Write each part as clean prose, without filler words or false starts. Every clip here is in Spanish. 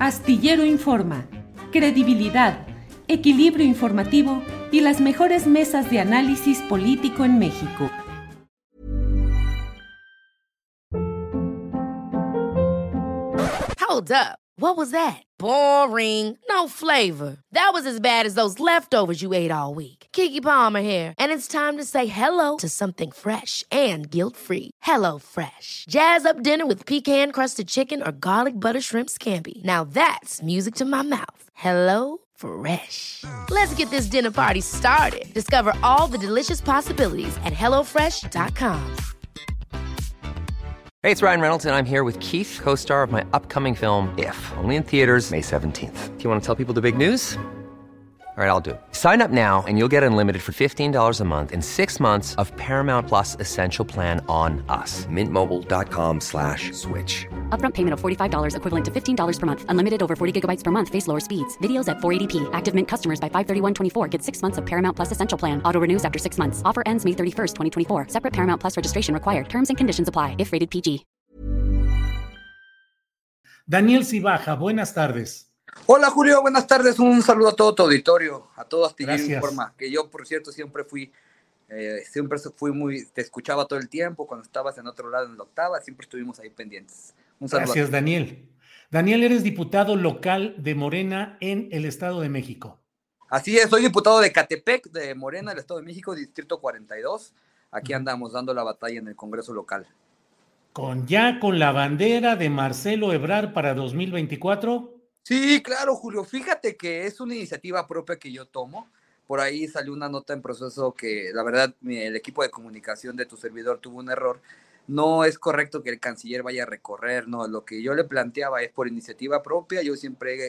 Astillero Informa, credibilidad, equilibrio informativo y las mejores mesas de análisis político en México. Hold up. What was that? Boring. No flavor. That was as bad as those leftovers you ate all week. Keke Palmer here, and it's time to say hello to something fresh and guilt-free. Hello Fresh. Jazz up dinner with pecan-crusted chicken or garlic butter shrimp scampi. Now that's music to my mouth. Hello Fresh. Let's get this dinner party started. Discover all the delicious possibilities at hellofresh.com. Hey, it's Ryan Reynolds, and I'm here with Keith, co-star of my upcoming film, If, only in theaters May 17th. Do you want to tell people the big news? All right, I'll do it. Sign up now and you'll get unlimited for $15 a month and 6 months of Paramount Plus Essential Plan on us. MintMobile.com/switch. Upfront payment of $45 equivalent to $15 per month. Unlimited over 40 gigabytes per month. Face lower speeds. Videos at 480p. Active Mint customers by 531.24 get 6 months of Paramount Plus Essential Plan. Auto renews after 6 months. Offer ends May 31st, 2024. Separate Paramount Plus registration required. Terms and conditions apply if rated PG. Daniel Cibaja, buenas tardes. Hola Julio, buenas tardes, un saludo a todo tu auditorio, a todo Astillero Informa, que yo por cierto siempre fui te escuchaba todo el tiempo, cuando estabas en otro lado en la octava, siempre estuvimos ahí pendientes. Un saludo. Gracias Daniel. Daniel, eres diputado local de Morena en el Estado de México. Así es, soy diputado de Catepec, de Morena, del Estado de México, Distrito 42, aquí andamos dando la batalla en el Congreso local. ¿Con la bandera de Marcelo Ebrard para 2024? Sí, claro, Julio. Fíjate que es una iniciativa propia que yo tomo. Por ahí salió una nota en proceso que, la verdad, el equipo de comunicación de tu servidor tuvo un error. No es correcto que el canciller vaya a recorrer, no. Lo que yo le planteaba es por iniciativa propia. Yo siempre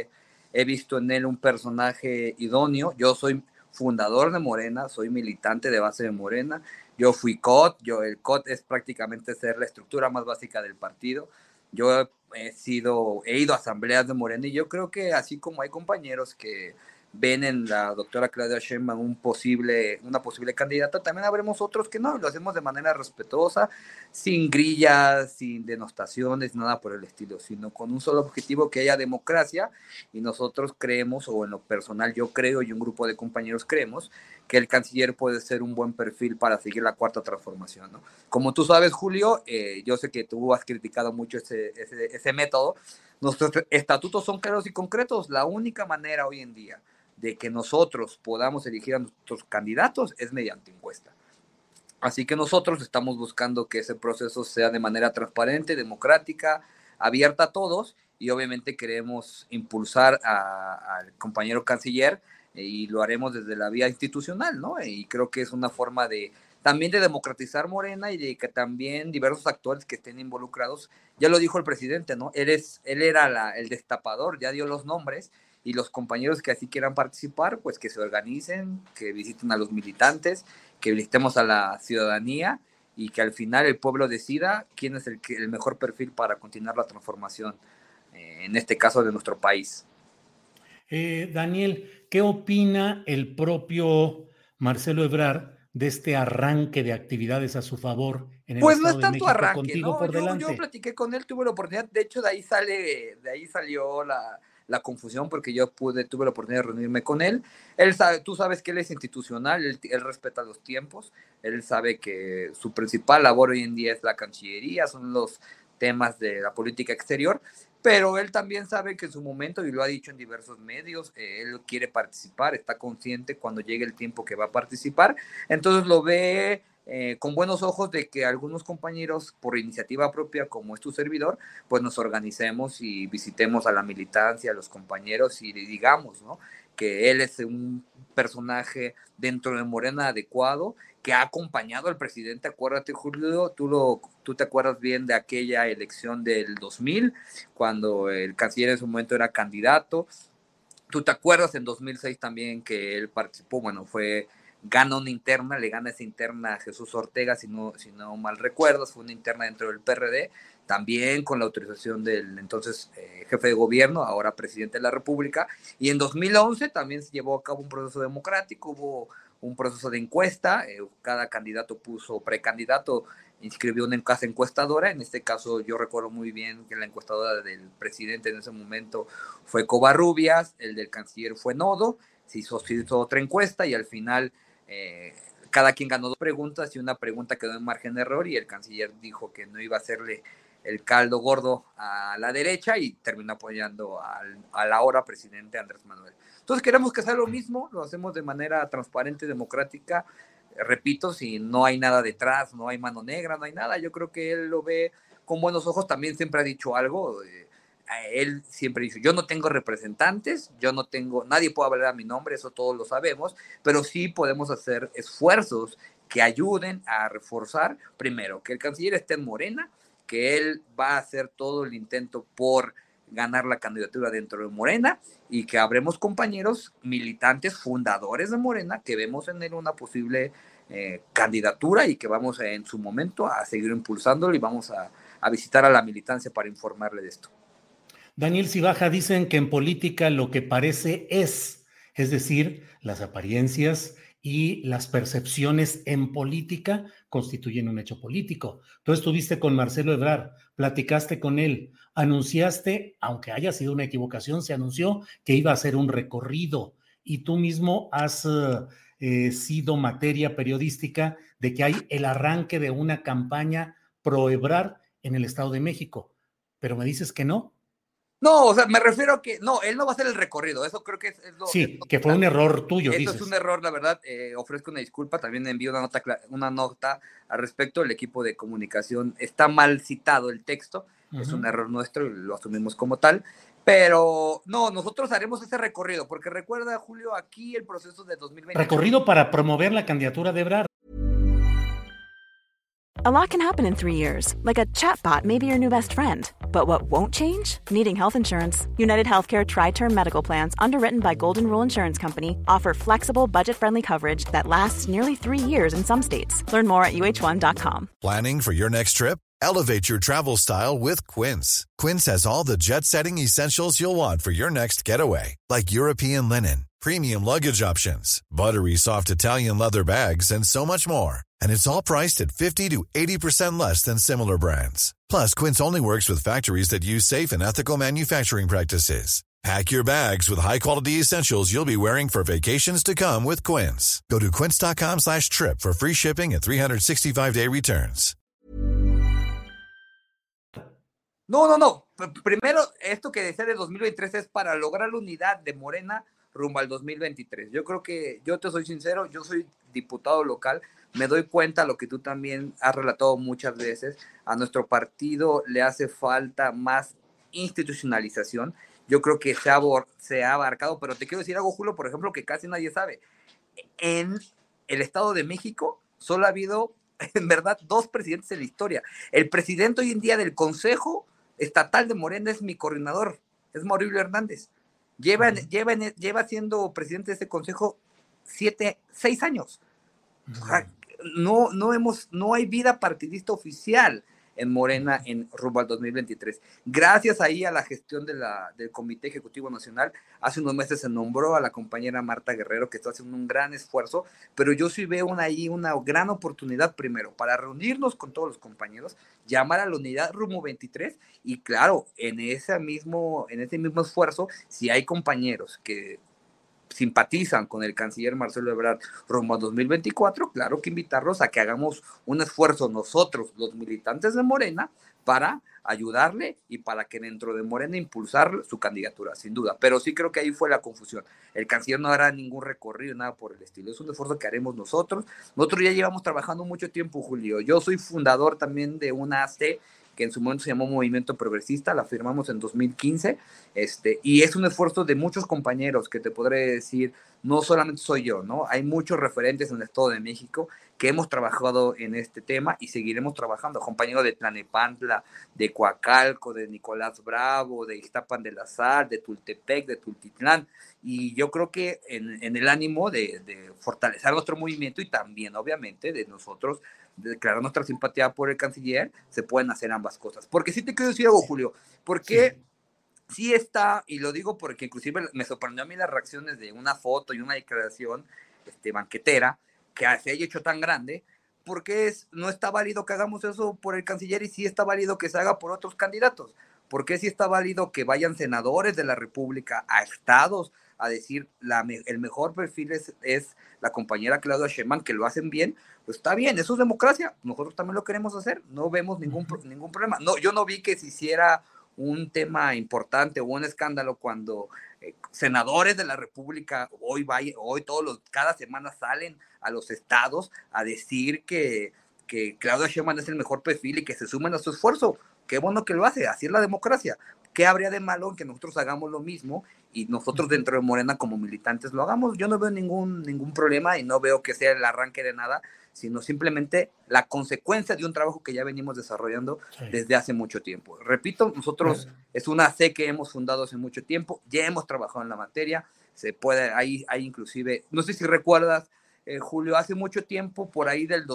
he visto en él un personaje idóneo. Yo soy fundador de Morena, soy militante de base de Morena. Yo fui COT. El COT es prácticamente ser la estructura más básica del partido. Yo he ido a asambleas de Morena y yo creo que así como hay compañeros que ven en la doctora Claudia Sheinbaum una posible candidata, también habremos otros que no, lo hacemos de manera respetuosa, sin grillas, sin denostaciones, nada por el estilo, sino con un solo objetivo, que haya democracia, y nosotros creemos, o en lo personal yo creo y un grupo de compañeros creemos, que el canciller puede ser un buen perfil para seguir la cuarta transformación, ¿no? Como tú sabes, Julio, yo sé que tú has criticado mucho ese método. Nuestros estatutos son claros y concretos. La única manera hoy en día de que nosotros podamos elegir a nuestros candidatos es mediante encuesta. Así que nosotros estamos buscando que ese proceso sea de manera transparente, democrática, abierta a todos, y obviamente queremos impulsar al compañero canciller, y lo haremos desde la vía institucional, ¿no? Y creo que es una forma también de democratizar Morena y de que también diversos actores que estén involucrados, ya lo dijo el presidente, ¿no? Él era el destapador, ya dio los nombres, y los compañeros que así quieran participar, pues que se organicen, que visiten a los militantes, que visitemos a la ciudadanía, y que al final el pueblo decida quién es el mejor perfil para continuar la transformación, en este caso de nuestro país. Daniel, ¿qué opina el propio Marcelo Ebrard de este arranque de actividades a su favor en el pues Estado no es de tanto México, arranque, contigo ¿no? por delante? Yo platiqué con él, tuve la oportunidad, de hecho de ahí salió la confusión, porque yo tuve la oportunidad de reunirme con él. Tú sabes que él es institucional, él respeta los tiempos, él sabe que su principal labor hoy en día es la Cancillería, son los temas de la política exterior, pero él también sabe que en su momento, y lo ha dicho en diversos medios, él quiere participar, está consciente cuando llegue el tiempo que va a participar, entonces lo ve con buenos ojos de que algunos compañeros, por iniciativa propia, como es tu servidor, pues nos organicemos y visitemos a la militancia, a los compañeros, y digamos, ¿no?, que él es un personaje dentro de Morena adecuado, que ha acompañado al presidente. Acuérdate, Julio, tú te acuerdas bien de aquella elección del 2000, cuando el canciller en su momento era candidato. Tú te acuerdas en 2006 también que él participó, gana una interna, le gana esa interna a Jesús Ortega, si no mal recuerdas, fue una interna dentro del PRD, también con la autorización del entonces jefe de gobierno, ahora presidente de la República, y en 2011 también se llevó a cabo un proceso democrático, hubo un proceso de encuesta, cada candidato precandidato inscribió una casa encuestadora. En este caso yo recuerdo muy bien que la encuestadora del presidente en ese momento fue Covarrubias, el del canciller fue Nodo, se hizo otra encuesta y al final cada quien ganó 2 preguntas y una pregunta quedó en margen de error y el canciller dijo que no iba a hacerle el caldo gordo a la derecha y terminó apoyando al ahora presidente Andrés Manuel. Entonces queremos que sea lo mismo, lo hacemos de manera transparente y democrática. Repito, si no hay nada detrás, no hay mano negra, no hay nada, yo creo que él lo ve con buenos ojos. También siempre ha dicho algo, él siempre dice, yo no tengo representantes, nadie puede hablar a mi nombre, eso todos lo sabemos, pero sí podemos hacer esfuerzos que ayuden a reforzar, primero, que el canciller esté en Morena, que él va a hacer todo el intento por ganar la candidatura dentro de Morena y que habremos compañeros militantes fundadores de Morena que vemos en él una posible candidatura y que vamos en su momento a seguir impulsándolo y vamos a visitar a la militancia para informarle de esto. Daniel Cibaja, dicen que en política lo que parece es decir, las apariencias y las percepciones en política constituyen un hecho político. Tú estuviste con Marcelo Ebrard, platicaste con él, anunciaste, aunque haya sido una equivocación, se anunció que iba a hacer un recorrido y tú mismo has sido materia periodística de que hay el arranque de una campaña pro Ebrard en el Estado de México, pero me dices que no. No, o sea, me refiero a que no, él no va a hacer el recorrido, eso creo que es lo... Sí, que fue un error tuyo, Eso dices. es un error, la verdad, ofrezco una disculpa, también envío una nota al respecto, el equipo de comunicación está mal citado el texto, es un error nuestro y lo asumimos como tal, pero no, nosotros haremos ese recorrido, porque recuerda, Julio, aquí el proceso de 2020... Recorrido para promover la candidatura de Ebrard. A lot can happen in 3 years, like a chatbot may be your new best friend. But what won't change? Needing health insurance. United Healthcare Tri-Term Medical Plans, underwritten by Golden Rule Insurance Company, offer flexible, budget-friendly coverage that lasts nearly 3 years in some states. Learn more at uh1.com. Planning for your next trip? Elevate your travel style with Quince. Quince has all the jet-setting essentials you'll want for your next getaway, like European linen, premium luggage options, buttery soft Italian leather bags, and so much more. And it's all priced at 50 to 80% less than similar brands. Plus, Quince only works with factories that use safe and ethical manufacturing practices. Pack your bags with high-quality essentials you'll be wearing for vacations to come with Quince. Go to quince.com/trip for free shipping and 365-day returns. No. Primero, esto que decía de 2023 es para lograr la unidad de Morena rumbo al 2023. Yo creo que, yo te soy sincero, yo soy diputado local, me doy cuenta, lo que tú también has relatado muchas veces, a nuestro partido le hace falta más institucionalización. Yo creo que se ha abarcado, pero te quiero decir algo, Julio, por ejemplo, que casi nadie sabe. En el Estado de México solo ha habido, en verdad, 2 presidentes en la historia. El presidente hoy en día del Consejo Estatal de Morena es mi coordinador, es Maurilio Hernández. Lleva siendo presidente de este consejo 6 años. O sea, no hay vida partidista oficial en Morena en rumbo al 2023. Gracias ahí a la gestión del Comité Ejecutivo Nacional, hace unos meses se nombró a la compañera Marta Guerrero, que está haciendo un gran esfuerzo, pero yo sí veo ahí una gran oportunidad primero para reunirnos con todos los compañeros, llamar a la unidad rumbo 23 y claro, en ese mismo esfuerzo, si hay compañeros que simpatizan con el canciller Marcelo Ebrard rumbo a 2024, claro que invitarlos a que hagamos un esfuerzo nosotros, los militantes de Morena, para ayudarle y para que dentro de Morena impulsar su candidatura, sin duda. Pero sí creo que ahí fue la confusión. El canciller no hará ningún recorrido, nada por el estilo. Es un esfuerzo que haremos nosotros. Nosotros ya llevamos trabajando mucho tiempo, Julio. Yo soy fundador también de una AC que en su momento se llamó Movimiento Progresista, la firmamos en 2015, y es un esfuerzo de muchos compañeros que te podré decir, no solamente soy yo, ¿no? Hay muchos referentes en el Estado de México que hemos trabajado en este tema y seguiremos trabajando, compañeros de Tlanepantla, de Coacalco, de Nicolás Bravo, de Ixtapan de la Sal, de Tultepec, de Tultitlán, y yo creo que en el ánimo de fortalecer nuestro movimiento y también, obviamente, de nosotros declarar nuestra simpatía por el canciller, se pueden hacer ambas cosas. Porque sí te quiero decir algo, Julio, porque sí está, y lo digo porque inclusive me sorprendió a mí las reacciones de una foto y una declaración banquetera, que se haya hecho tan grande, por qué no está válido que hagamos eso por el canciller y sí está válido que se haga por otros candidatos? ¿Por qué sí está válido que vayan senadores de la República a estados a decir el mejor perfil es la compañera Claudia Sheinbaum, que lo hacen bien? Pues está bien, eso es democracia, nosotros también lo queremos hacer, no vemos ningún problema. No, yo no vi que se hiciera un tema importante o un escándalo cuando senadores de la República cada semana salen a los estados a decir que Claudia Sheinbaum es el mejor perfil y que se sumen a su esfuerzo. Qué bueno que lo hace, así es la democracia. ¿Qué habría de malo en que nosotros hagamos lo mismo y nosotros dentro de Morena como militantes lo hagamos? Yo no veo ningún problema y no veo que sea el arranque de nada, sino simplemente la consecuencia de un trabajo que ya venimos desarrollando desde hace mucho tiempo. Repito, nosotros es una C que hemos fundado hace mucho tiempo, ya hemos trabajado en la materia, hay inclusive, no sé si recuerdas, Julio, hace mucho tiempo, por ahí del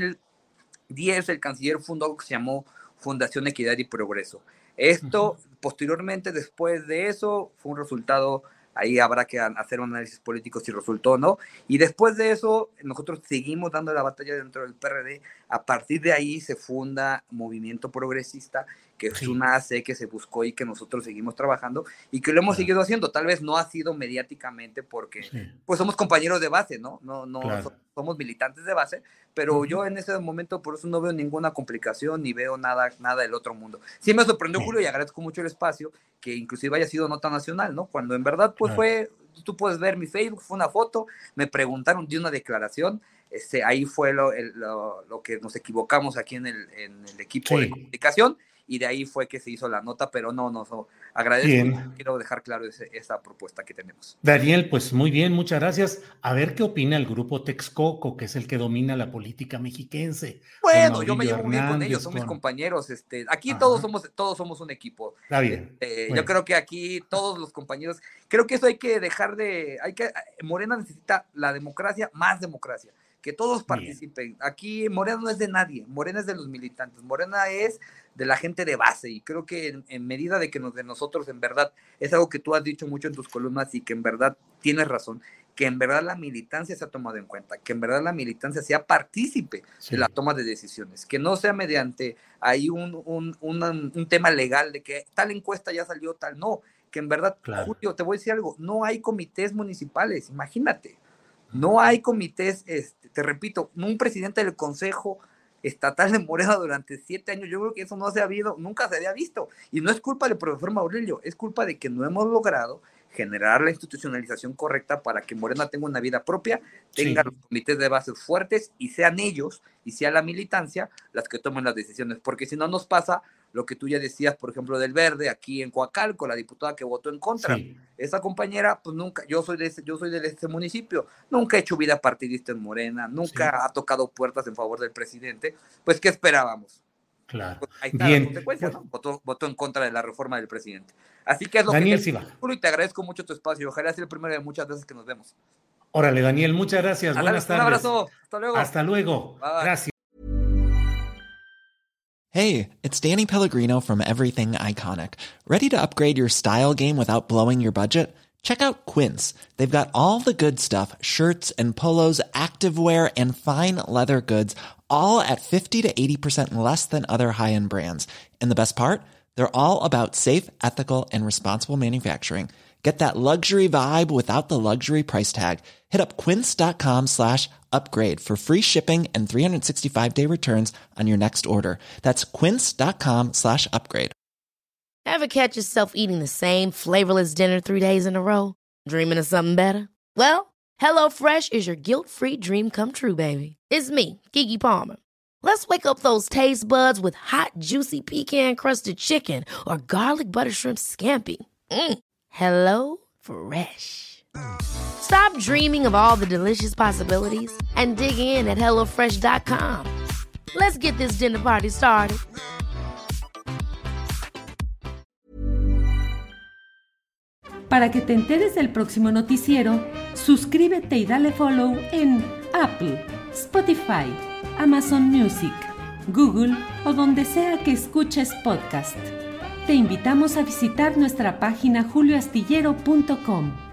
2010, el canciller fundó algo que se llamó Fundación Equidad y Progreso. Esto, posteriormente, después de eso, fue un resultado, ahí habrá que hacer un análisis político si resultó o no, y después de eso, nosotros seguimos dando la batalla dentro del PRD. A partir de ahí se funda Movimiento Progresista, que es una AC que se buscó y que nosotros seguimos trabajando, y que lo hemos seguido haciendo. Tal vez no ha sido mediáticamente porque pues somos compañeros de base, ¿no? Somos militantes de base, pero yo en ese momento por eso no veo ninguna complicación ni veo nada del otro mundo. Sí me sorprendió, Julio, y agradezco mucho el espacio, que inclusive haya sido nota nacional, ¿no? Cuando en verdad pues tú puedes ver mi Facebook, fue una foto, me preguntaron de una declaración, ahí fue lo que nos equivocamos aquí en el equipo de comunicación, y de ahí fue que se hizo la nota, pero no agradezco, quiero dejar claro esa propuesta que tenemos. Daniel, pues muy bien, muchas gracias. A ver qué opina el grupo Texcoco, que es el que domina la política mexiquense. Bueno, yo me llevo muy bien con ellos, son mis compañeros. Aquí todos somos un equipo. Está bien. Yo creo que aquí todos los compañeros, creo que eso hay que Morena necesita la democracia, más democracia. Que todos participen. Aquí Morena no es de nadie, Morena es de los militantes, Morena es de la gente de base, y creo que en medida de que de nosotros, en verdad, es algo que tú has dicho mucho en tus columnas y que en verdad tienes razón, que en verdad la militancia se ha tomado en cuenta, que en verdad la militancia sea partícipe de la toma de decisiones, que no sea mediante ahí un tema legal de que tal encuesta ya salió, tal, no, que en verdad, Julio, te voy a decir algo, no hay comités municipales, imagínate. No hay comités, te repito, un presidente del Consejo Estatal de Morena durante 7 años, yo creo que eso nunca se había visto, y no es culpa del profesor Maurelio, es culpa de que no hemos logrado generar la institucionalización correcta para que Morena tenga una vida propia, tenga los comités de bases fuertes y sean ellos y sea la militancia las que tomen las decisiones, porque si no nos pasa lo que tú ya decías, por ejemplo, del Verde, aquí en Coacalco, la diputada que votó en contra. Esa compañera, pues nunca, yo soy de ese municipio, nunca he hecho vida partidista en Morena, nunca ha tocado puertas en favor del presidente, pues ¿qué esperábamos? Claro. Pues ahí está la consecuencia, ¿no? Votó en contra de la reforma del presidente. Así que es lo Daniel, que y te agradezco mucho tu espacio, ojalá sea el primero de muchas veces que nos vemos. Órale, Daniel, muchas gracias, buenas tardes. Un abrazo, hasta luego. Hasta luego, gracias. Hey, it's Danny Pellegrino from Everything Iconic. Ready to upgrade your style game without blowing your budget? Check out Quince. They've got all the good stuff, shirts and polos, activewear, and fine leather goods, all at 50 to 80% less than other high-end brands. And the best part? They're all about safe, ethical, and responsible manufacturing. Get that luxury vibe without the luxury price tag. Hit up quince.com/upgrade for free shipping and 365-day returns on your next order. That's quince.com/upgrade. Ever catch yourself eating the same flavorless dinner 3 days in a row? Dreaming of something better? Well, HelloFresh is your guilt-free dream come true, baby. It's me, Keke Palmer. Let's wake up those taste buds with hot, juicy pecan-crusted chicken or garlic butter shrimp scampi. Hello Fresh. Stop dreaming of all the delicious possibilities and dig in at HelloFresh.com. Let's get this dinner party started. Para que te enteres del próximo noticiero, suscríbete y dale follow en Apple, Spotify, Amazon Music, Google o donde sea que escuches podcast. Te invitamos a visitar nuestra página julioastillero.com.